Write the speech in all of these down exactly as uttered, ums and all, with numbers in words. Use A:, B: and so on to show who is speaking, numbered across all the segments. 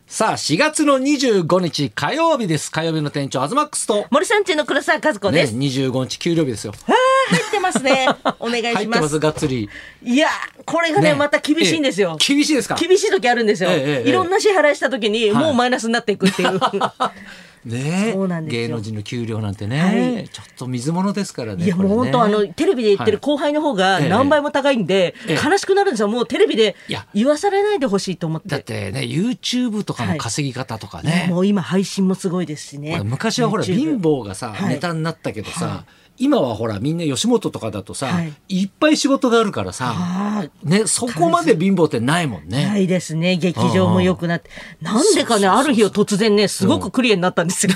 A: さあしがつのにじゅうごにち火曜日です。火曜日の店長アズマックスと
B: 森さんちの黒沢和子です、
A: ね、にじゅうごにち給料日ですよ。
B: あ入ってますねお願いします。
A: 入ってますがっつり。
B: いやこれが ね, ねまた厳しいんですよ、
A: ええ、厳しいですか。
B: 厳しい時あるんですよ、ええ、いろんな支払いした時にもうマイナスになっていくっていう、はい
A: ね、
B: そうなんですよ。
A: 芸能人の給料なんてね、
B: はい、
A: ちょっと水物ですからね。
B: いやもう本当、ね、あのテレビで言ってる後輩の方が何倍も高いんで、はい、悲しくなるんですよ。もうテレビで言わされないでほしいと思って。
A: だってね YouTube とかの稼ぎ方とかね、
B: はい、もう今配信もすごいですしね。
A: 昔はほら YouTube 貧乏がさ、はい、ネタになったけどさ、はい、今はほらみんな吉本とかだとさ、はい、いっぱい仕事があるからさ、ね、そこまで貧乏ってないもんね。
B: ないですね。劇場も良くなって、なんでかねある日を突然ねすごくクリアになったんですよ。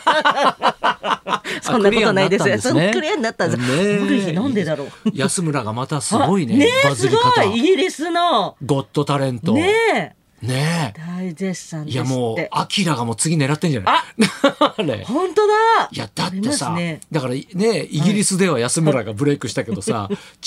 B: そんなことないですよ。そのクリアになったんです。ある日なんでだろう。
A: 安村がまたすごいね。
B: ね
A: バズり方。
B: すごいイギリスの
A: ゴッドタレント。
B: ね
A: ねえ
B: 大絶賛ですって。
A: いやもうアキラがもう次狙ってんじゃない。
B: あね本当だ。
A: いやだってさ、ね、だからねイギリスでは安村がブレイクしたけどさ、はい、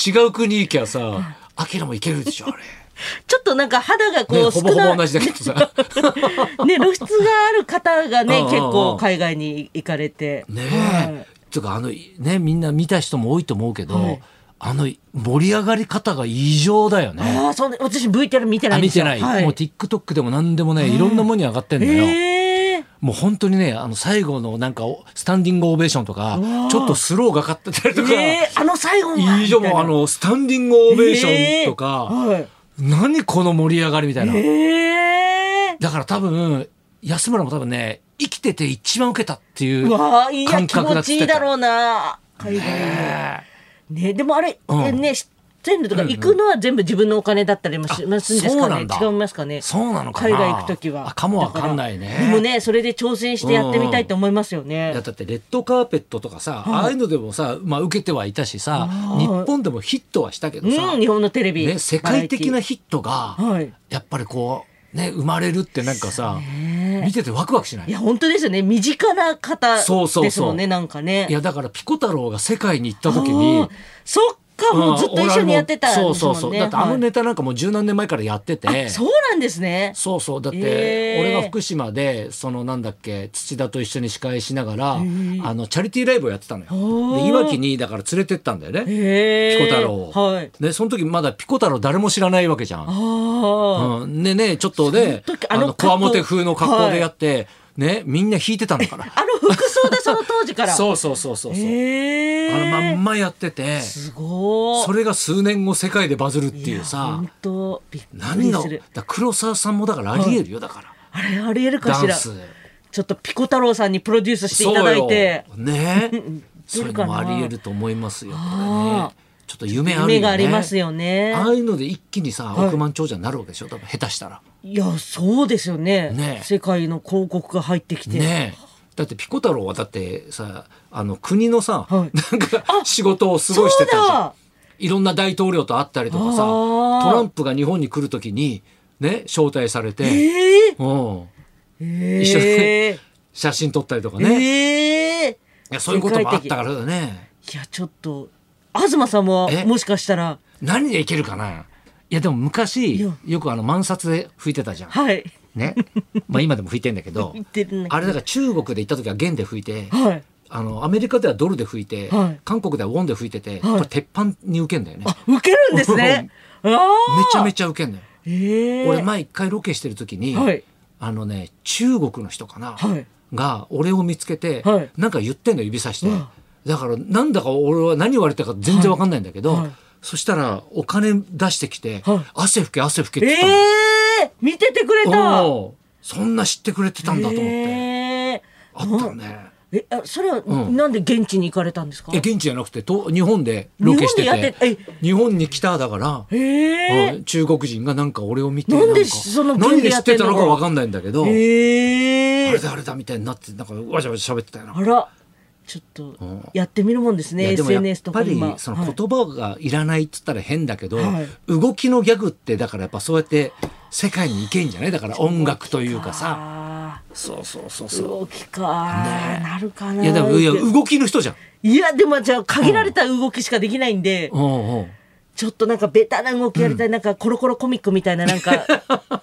A: 違う国行きゃさアキラもいけるでしょあれ。
B: ちょっとなんか肌がこう、
A: ね、ほぼほぼ同じだけどさね
B: 露出がある方がね結構海外に行かれて
A: ねえ、はい、とかあのねみんな見た人も多いと思うけど、はい、あの盛り上がり方が異常だよね。
B: あそう、ね、私 ブイティーアール 見てないんですよ。
A: 見てない、
B: はい、
A: もう TikTok でも何でもねいろんなものに上がってんだよ、
B: えー、
A: もう本当にねあの最後のなんかスタンディングオベーションとかちょっとスローがかってたりとか、
B: えー、あの最後
A: の異常もあのスタンディングオベーションとか、えーはい、何この盛り上がりみたいな、
B: えー、
A: だから多分安村も多分ね生きてて一番受けたっていう感覚だって言ってた。
B: 気持ちいいだろうな海外ねね。でもあれ、うん、ね全部とか行くのは全部自分のお金だったりもしますんですかね。違いますかね。
A: そうなのかな。
B: 海外行くときは。
A: あかもわかんないね。
B: でもねそれで挑戦してやってみたいと思いますよね。
A: うん、いやだってレッドカーペットとかさ、はい、ああいうのでもさ、まあ、受けてはいたしさ日本でもヒットはしたけどさ、
B: うん、日本のテレビ、
A: ね、世界的なヒットが、はい、やっぱりこうね生まれるってなんかさ見ててワクワクしない。
B: いや本当ですよね。身近な方ですもんね。そうそうそうなんかね。
A: いやだからピコ太郎が世界に行った時に
B: そっかもうずっと一緒にやってたんですもんね。
A: そうそうそうだってあのネタなんかもう十何年前からやってて、
B: はい、そうなんですね。
A: そうそうだって俺が福島でそのなんだっけ土田と一緒に司会しながらあのチャリティーライブをやってたのよ。でいわきにだから連れてったんだよねピコ太郎を、はい、でその時まだピコ太郎誰も知らないわけじゃん。あ、うん、でねちょっとねあのこわもて風の格好でやって、はいね、みんな弾いてたのかな
B: あの服装でその当時から
A: そうそうそうそうそう、えー、あのまんまやってて
B: すごい。そ
A: れが数年後世界でバズるっていうさ
B: 本当びっくりする。
A: 何がだ黒沢さんもだからありえるよ。だから
B: あれありえるかしら。ちょっとピコ太郎さんにプロデュースしていただいて
A: そうよねそういうのもありえると思いますよ。これねちょっと夢あるよね。
B: 夢がありますよね。
A: ああいうので一気にさ、はい、億万長者になるわけでしょ多分下手したら。
B: いやそうですよ ね, ね世界の広告が入ってきて、
A: ね、だってピコ太郎はだってさあの国のさ、はい、なんか仕事をすごいしてたじゃん。いろんな大統領と会ったりとかさトランプが日本に来るときにね招待されて、えーうんえー、一緒に写真撮ったりとかね、えー、いやそういうこともあったからだね。
B: いやちょっと東さんももしかしたら
A: 何でいけるかな。いやでも昔よくあの万札で吹いてたじゃん、
B: はい
A: ねまあ、今でも吹いてんだけどあれだから中国で行った時は元で吹いて、はい、あのアメリカではドルで吹いて、はい、韓国ではウォンで吹いてて、はい、これ鉄板に受けんだよね。
B: あ受けるんですね
A: めちゃめちゃ受けんだよ、えー、俺前一回ロケしてる時に、はい、あのね中国の人かな、はい、が俺を見つけて、はい、なんか言ってんの指さして、だからなんだか俺は何言われたか全然わかんないんだけど、はいはい、そしたらお金出してきて、はい、汗拭け汗拭けって言ったの。
B: えー、見ててくれた。
A: そんな知ってくれてたんだと思って、えー、あったね。
B: えそれはなんで現地に行かれたんですか。
A: え現地じゃなくてと日本でロケしてて 日 本, て日本に来ただから、えー、中国人がなんか俺を見て
B: なんでその
A: 何で知ってたのか分かんないんだけど、
B: えー、
A: あれだあれだみたいになってなんかわちゃわちゃ喋ってたよな。
B: あらちょっとやってみるもんですね。 エスエヌエス とか今
A: やっぱりその言葉がいらないって言ったら変だけど、はい、動きのギャグってだからやっぱそうやって世界に行けんじゃない。だから音楽というかさそうそうそうそう
B: 動きか、ね、なるかな。
A: いやでもいや動きの人じゃん。
B: いやでもじゃあ限られた動きしかできないんで、うんうんうん、ちょっとなんかベタな動きやりたい、うん、なんかコロコロコミックみたいななんか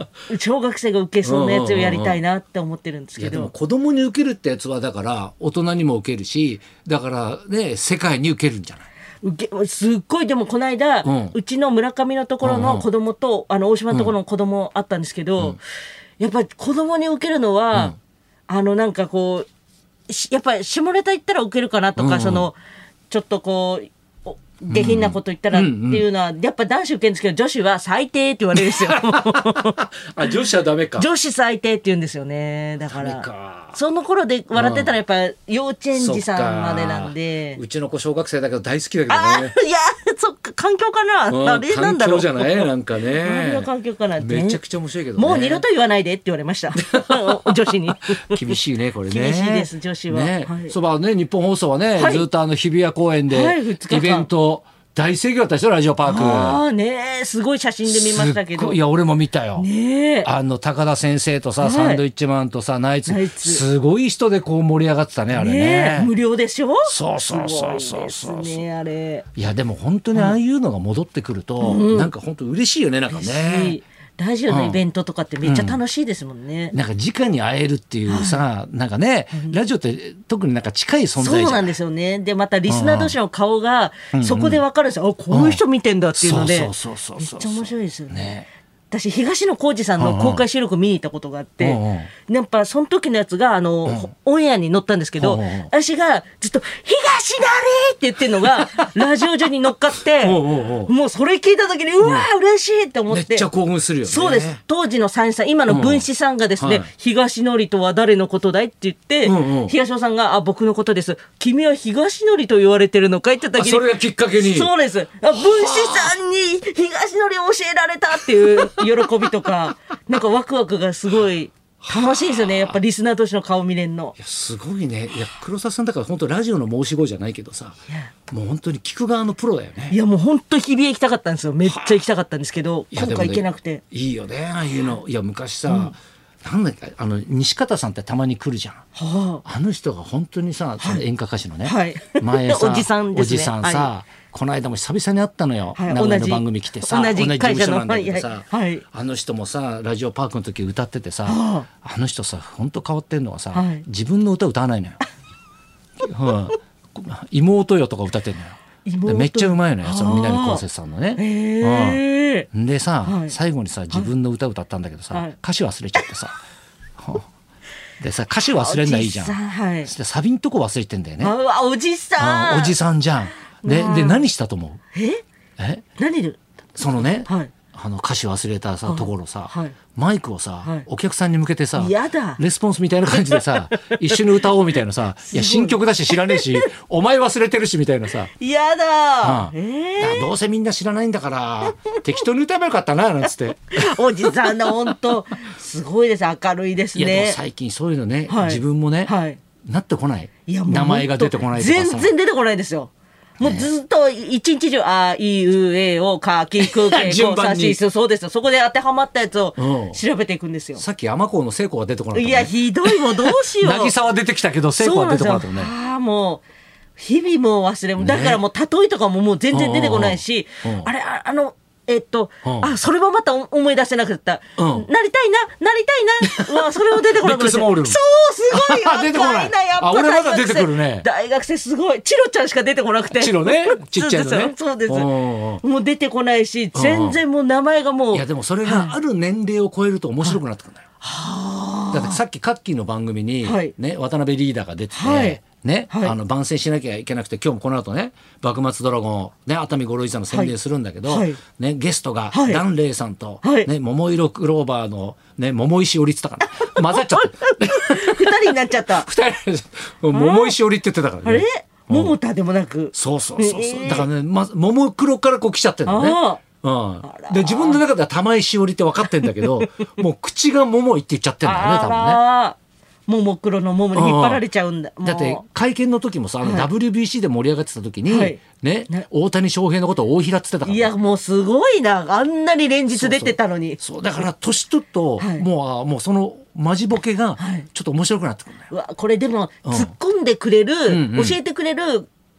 B: 小学生が受けそうなやつをやりたいなって思ってるんですけど。いやでも
A: 子供に受けるってやつはだから大人にも受けるし、だからね世界に受けるんじゃない。
B: 受けすっごい。でもこの間、うん、うちの村上のところの子供と、うん、あの大島のところの子供あったんですけど、うん、やっぱり子供に受けるのは、うん、あのなんかこうやっぱり下ネタ言ったら受けるかなとか、うん、そのちょっとこう下品なこと言ったらっていうのは、うんうん、やっぱ男子受けるんですけど、女子は最低って言われるんですよ。
A: あ、女子はダメか。
B: 女子最低って言うんですよね。だからかその頃で笑ってたらやっぱ幼稚園児さんまでなんで。
A: うちの子小学生だけど大好きだけどね。
B: いやそっか環境かな、うん、あれなんだろう。
A: 環境じゃないなんかね。
B: 周りの環境かなって。
A: めちゃくちゃ面白いけどね。
B: もう二度と言わないでって言われました。女子に。
A: 厳しいねこれね。
B: 厳しいです女子は。
A: ね、はい、そうばね日本放送はね、はい、ずっとあの日比谷公園で、はい、イベント。大盛況だったでしょラジオパーク。
B: ああねすごい写真で見ましたけど。
A: いや俺も見たよ。
B: ね
A: あの高田先生とさ、はい、サンドイッチマンとさナイツすごい人でこう盛り上がってたねあれ ね,
B: ね無料でしょ。
A: そうそうそうそうそう
B: ですねあれ。
A: いやでも本当にああいうのが戻ってくると、うん、なんか本当嬉しいよねなんかね。
B: ラジオのイベントとかってめっちゃ楽しいですもんね、
A: うん、なんか直に会えるっていうさ、はい、なんかねラジオって特になんか近い存在じゃん。
B: そうなんですよね。でまたリスナー同士の顔がそこで分かるんですよ、うんうん、あこういう人見てんだっていうのでめっちゃ面白いですよね。ね私東野幸治さんの公開収録見に行ったことがあって、うんうん、やっぱその時のやつがあの、うん、オンエアに載ったんですけど、うんうん、私がずっと東成って言ってるのがラジオ上に乗っかってもうそれ聞いた時にうわー嬉しいって思って、うん、
A: めっちゃ興奮するよね。
B: そうです当時の三枝さん今の文枝さんがですね、うんはい、東成とは誰のことだいって言って、うんうん、東野さんがあ僕のことです君は東成と言われてるのかいって言った時に
A: それがきっかけに
B: そうです文枝さんに東成を教えられたっていう喜びとかなんかワクワクがすごい楽しいですよね。やっぱリスナー同士の顔見れんの。
A: いやすごいね。いや黒沢さんだから本当ラジオの申し子じゃないけどさもう本当に聞く側のプロだよね。
B: いやもう本当日比谷行きたかったんですよ。めっちゃ行きたかったんですけど今回行けなくて。
A: いいよねああいうの。いや昔さ、うんなんだっけあの西方さんってたまに来るじゃん、はあ、あの人が本当にさ、その演歌歌手のね、はい、前さ
B: おじさんですね、
A: おじさんさ、はい、この間も久々に会ったのよ、はい、名古屋の番組来てさ
B: 同じ
A: 事務所なんだけど
B: さ、はい、
A: あの人もさラジオパークの時歌っててさ、はあ、あの人さ本当変わってんのはさ、はい、自分の歌歌わないのよ、うん、妹よとか歌ってんのよ。めっちゃうまいのよその南こうせつさんのね、
B: え
A: ーうん、でさ、はい、最後にさ自分の歌歌ったんだけどさ、はい、歌詞忘れちゃってさでさ歌詞忘れんないいじゃん、はい、サビんとこ忘れてんだよね。
B: あおじさん
A: おじさんじゃん。でで何したと思う。
B: ええ何で
A: そのね、はい、あの歌詞忘れたさところさ、はい、マイクをさ、はい、お客さんに向けてさ
B: やだ
A: レスポンスみたいな感じでさ一緒に歌おうみたいなさいや新曲だし知らねえしお前忘れてるしみたいなさ
B: やだ、
A: うんえー、どうせみんな知らないんだから適当に歌えばよかったななんつって
B: おじさんの本当すごいです明るいですね。
A: いやでも最近そういうのね、はい、自分もね、はい、なってこない。いや名前が出てこないとかさ
B: 全然出てこないですよ。もうずっと一日中あいうえおかきくけこさしすそうですよ。そこで当てはまったやつを調べていくんですよ。
A: さっき山高の聖子が出てこなかった、ね、
B: いやひどいもうどうしよう
A: 渚は出てきたけど聖子は出てこなかったね。
B: ああもう日々も忘れも、ね、だからもう例えとかももう全然出てこないし、うんうん、あれ あ, あのえっと、うん、あそれもまた思い出せなかった、うん、なりたいななりたいなうわそれも出てこなかったそうすごい若いなやっぱ
A: あ俺まだ出てくるね。
B: 大学生すごいチロちゃんしか出てこなくて
A: チロねちっちゃいのね
B: そうですもう出てこないし全然もう名前がもう
A: いやでもそれがある年齢を超えると面白くなってくるんだよ、はあ、だってさっきカッキーの番組に、はいね、渡辺リーダーが出てて、はいねはい、あの番宣しなきゃいけなくて今日もこの後ね幕末ドラゴン、ね、熱海五郎一座の宣伝するんだけど、はいね、ゲストがダンレイさんと、はいね、桃色クローバーの、ね、桃石織ってたから混ざっちゃった
B: ふたりになっちゃった
A: ふたり桃石織って言ってたからね。
B: あれ桃田でもなく
A: そうそうそうそう、えー、だからね、ま、桃黒からこう来ちゃってるんだね。うん、で自分の中では玉井しおりって分かってんだけどもう口が桃井って言っちゃってんだよね多分ね。
B: ももクロの桃に引っ張られちゃうんだ。
A: だって会見の時もさあの ダブリュービーシー で盛り上がってた時に、はいねね、大谷翔平のことを大平って言ってたから、ね、
B: いやもうすごいなあんなに連日出てたのに。
A: そうそうそうだから年取ると、はい、もうもうそのマジボケがちょっと面白くなってくるんだよ、
B: はい、うわこれでも突っ込んでくれる、うん、教えてくれる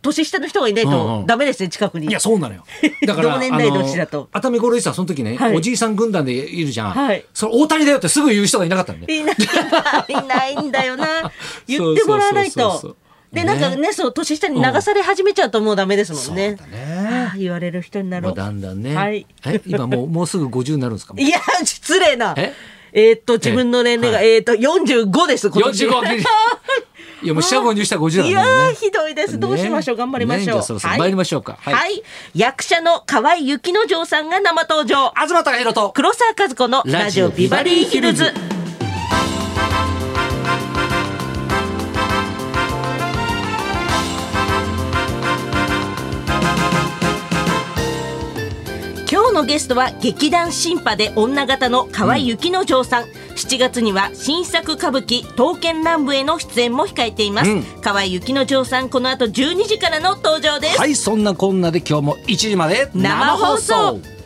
B: 年下の人がいないとダメですね、近くに。
A: いやそうなのよ。だから
B: 同年代同士だと
A: 熱海五郎一さんその時ね、
B: はい、
A: おじいさん軍団でいるじゃん、
B: はい、
A: それ大谷だよってすぐ言う人がいなかったんで。
B: いないいないんだよな。言ってもらわないと。でなんかね、そう年下に流され始めちゃうともうダメですもんね。
A: そうだね、
B: あ、言われる人になろう。
A: だんだんね、
B: はい、
A: え今もうもうすぐごじゅうになるんですか。
B: いや失礼な。
A: え
B: えー、っと自分の年齢が、はい、えー、っとよんじゅうごです今年。よんじゅうご
A: いやもう下ご入したらごじゅうなんだ
B: よね。
A: よね。
B: いやひどいです。どうしましょう、ね、頑張りましょう。ね、
A: じゃあそろそろ参りましょうか。
B: はい、はい、役者の河合雪之丞さんが生登場。
A: 東貴博と
B: 黒沢和子のラジオビバリーヒルズ。今日のゲストは劇団新派で女形の河合雪之丞さん、うん、しちがつには新作歌舞伎刀剣乱舞への出演も控えています、うん、河合雪之丞さん、この後じゅうにじからの登場です。
A: はい、そんなこんなで今日もいちじまで
B: 生放送。